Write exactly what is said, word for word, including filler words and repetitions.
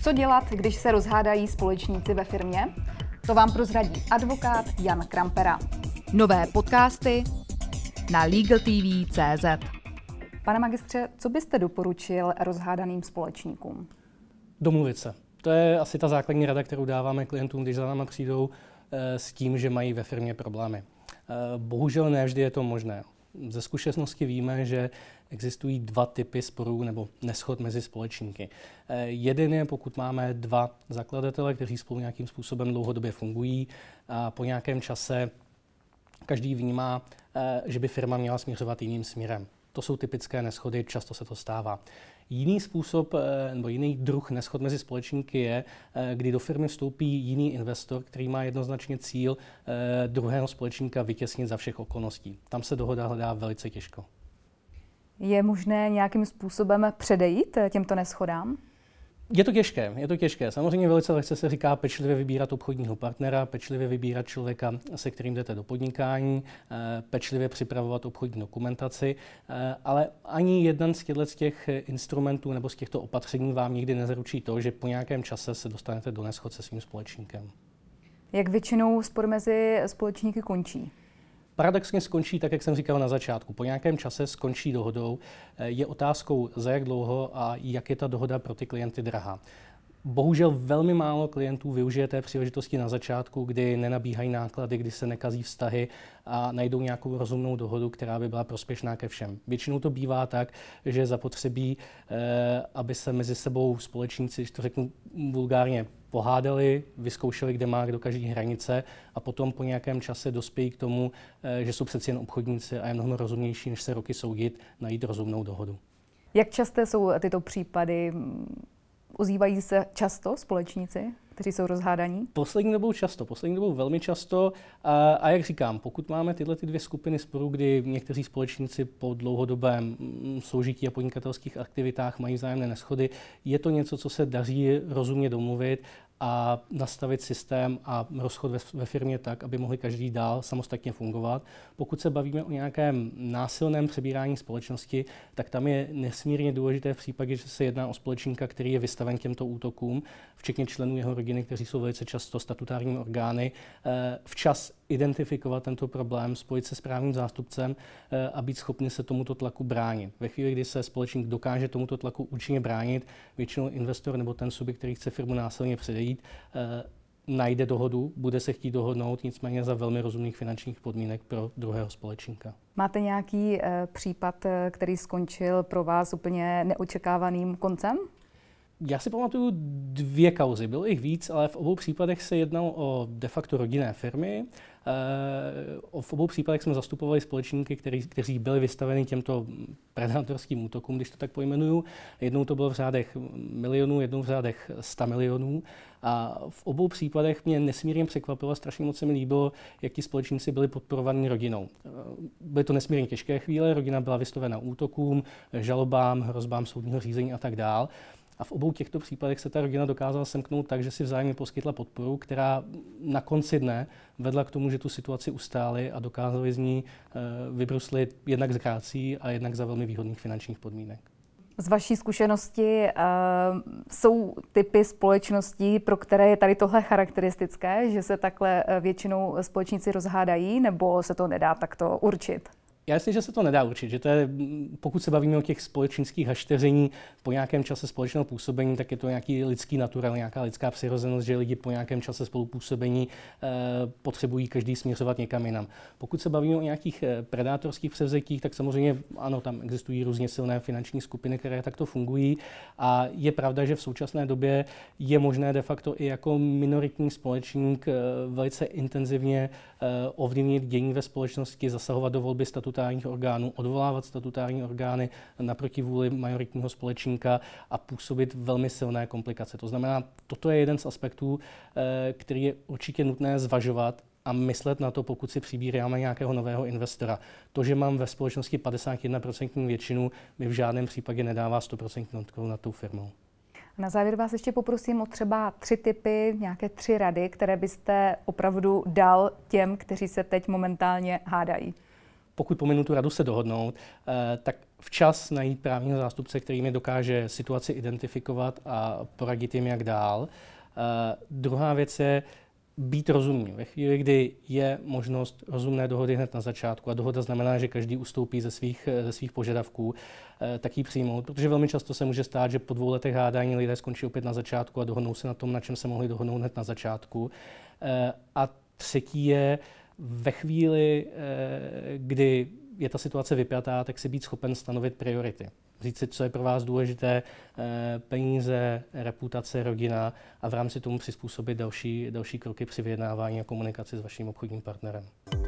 Co dělat, když se rozhádají společníci ve firmě? To vám prozradí advokát Jan Krampera. Nové podcasty na legal t v tečka cé zet. Pane magistře, co byste doporučil rozhádaným společníkům? Domluvit se. To je asi ta základní rada, kterou dáváme klientům, když za náma přijdou e, s tím, že mají ve firmě problémy. E, bohužel ne vždy je to možné. Ze zkušenosti víme, že existují dva typy sporů nebo neshod mezi společníky. E, jeden je, pokud máme dva zakladatele, kteří spolu nějakým způsobem dlouhodobě fungují a po nějakém čase každý vnímá, e, že by firma měla směřovat jiným směrem. To jsou typické neshody, často se to stává. Jiný způsob nebo jiný druh neshod mezi společníky je, kdy do firmy vstoupí jiný investor, který má jednoznačně cíl druhého společníka vytěsnit za všech okolností. Tam se dohoda hledá velice těžko. Je možné nějakým způsobem předejít těmto neshodám? Je to těžké, je to těžké. Samozřejmě velice lehce se říká pečlivě vybírat obchodního partnera, pečlivě vybírat člověka, se kterým jdete do podnikání, pečlivě připravovat obchodní dokumentaci, ale ani jeden z těch instrumentů nebo z těchto opatření vám nikdy nezaručí to, že po nějakém čase se dostanete do neshod se svým společníkem. Jak většinou spor mezi společníky končí? Paradoxně skončí tak, jak jsem říkal na začátku. Po nějakém čase skončí dohodou. Je otázkou, za jak dlouho a jak je ta dohoda pro ty klienty drahá. Bohužel velmi málo klientů využije té příležitosti na začátku, kdy nenabíhají náklady, kdy se nekazí vztahy a najdou nějakou rozumnou dohodu, která by byla prospěšná ke všem. Většinou to bývá tak, že zapotřebí, eh, aby se mezi sebou společníci, když to řeknu vulgárně, pohádali, vyzkoušeli, kde má kdo každý hranice a potom po nějakém čase dospějí k tomu, eh, že jsou přeci jen obchodníci a je mnohem rozumnější, než se roky soudit, najít rozumnou dohodu. Jak časté jsou tyto případy? Ozývají se často společníci, kteří jsou rozhádaní? Poslední dobou často, poslední dobou velmi často a, a jak říkám, pokud máme tyhle ty dvě skupiny sporů, kdy někteří společníci po dlouhodobém soužití a podnikatelských aktivitách mají vzájemné neshody, je to něco, co se daří rozumně domluvit a nastavit systém a rozchod ve, ve firmě tak, aby mohli každý dál samostatně fungovat. Pokud se bavíme o nějakém násilném přebírání společnosti, tak tam je nesmírně důležité v případě, že se jedná o společníka, který je vystaven těmto útokům, včetně členů jeho rodiny, kteří jsou velice často statutárními orgány, včas identifikovat tento problém, spojit se s právním zástupcem a být schopni se tomuto tlaku bránit. Ve chvíli, kdy se společník dokáže tomuto tlaku účinně bránit, většinou investor nebo ten subjekt, který chce firmu násilně předejít, najde dohodu, bude se chtít dohodnout, nicméně za velmi rozumných finančních podmínek pro druhého společníka. Máte nějaký e, případ, který skončil pro vás úplně neočekávaným koncem? Já si pamatuju dvě kauzy, bylo jich víc, ale v obou případech se jednalo o de facto rodinné firmy. V obou případech jsme zastupovali společníky, kteří, kteří byli vystaveni těmto predátorským útokům, když to tak pojmenuju. Jednou to bylo v řádech milionů, jednou v řádech sta milionů. A v obou případech mě nesmírně překvapilo, strašně moc se mi líbilo, jak ti společníci byli podporovaní rodinou. Byly to nesmírně těžké chvíle, rodina byla vystavena útokům, žalobám, hrozbám soudního řízení a tak dál. A v obou těchto případech se ta rodina dokázala semknout tak, že si vzájemně poskytla podporu, která na konci dne vedla k tomu, že tu situaci ustáli a dokázali z ní vybruslit jednak z grácí a jednak za velmi výhodných finančních podmínek. Z vaší zkušenosti uh, jsou typy společností, pro které je tady tohle charakteristické, že se takhle většinou společníci rozhádají, nebo se to nedá takto určit? Já myslím, že se to nedá určit, že to je, pokud se bavíme o těch společenských hašteření po nějakém čase společného působení, tak je to nějaký lidský naturel, nějaká lidská přirozenost, že lidi po nějakém čase spolupůsobení eh, potřebují každý směřovat někam jinam. Pokud se bavíme o nějakých predátorských převzetích, tak samozřejmě ano, tam existují různě silné finanční skupiny, které takto fungují a je pravda, že v současné době je možné de facto i jako minoritní společník eh, velice intenzivně eh, ovlivnit dění ve společnosti, zasahovat do volby statutárních orgánů, odvolávat statutární orgány naproti vůli majoritního společníka a působit velmi silné komplikace. To znamená, toto je jeden z aspektů, který je určitě nutné zvažovat a myslet na to, pokud si přibíráme nějakého nového investora. To, že mám ve společnosti padesát jedna procent většinu, mi v žádném případě nedává sto procent kontrolu nad tou firmou. Na závěr vás ještě poprosím o třeba tři tipy, nějaké tři rady, které byste opravdu dal těm, kteří se teď momentálně hádají. pokud pominu tu radu se dohodnout, tak včas najít právního zástupce, který mi dokáže situaci identifikovat a poradit jim, jak dál. Druhá věc je být rozumný. Ve chvíli, kdy je možnost rozumné dohody hned na začátku, a dohoda znamená, že každý ustoupí ze svých, ze svých požadavků, tak ji přijmout, protože velmi často se může stát, že po dvou letech hádání lidé skončí opět na začátku a dohodnou se na tom, na čem se mohli dohodnout hned na začátku. A třetí je ve chvíli, kdy je ta situace vypjatá, tak si být schopen stanovit priority. Říct si, co je pro vás důležité, peníze, reputace, rodina a v rámci tomu přizpůsobit další, další kroky při vyjednávání a komunikaci s vaším obchodním partnerem.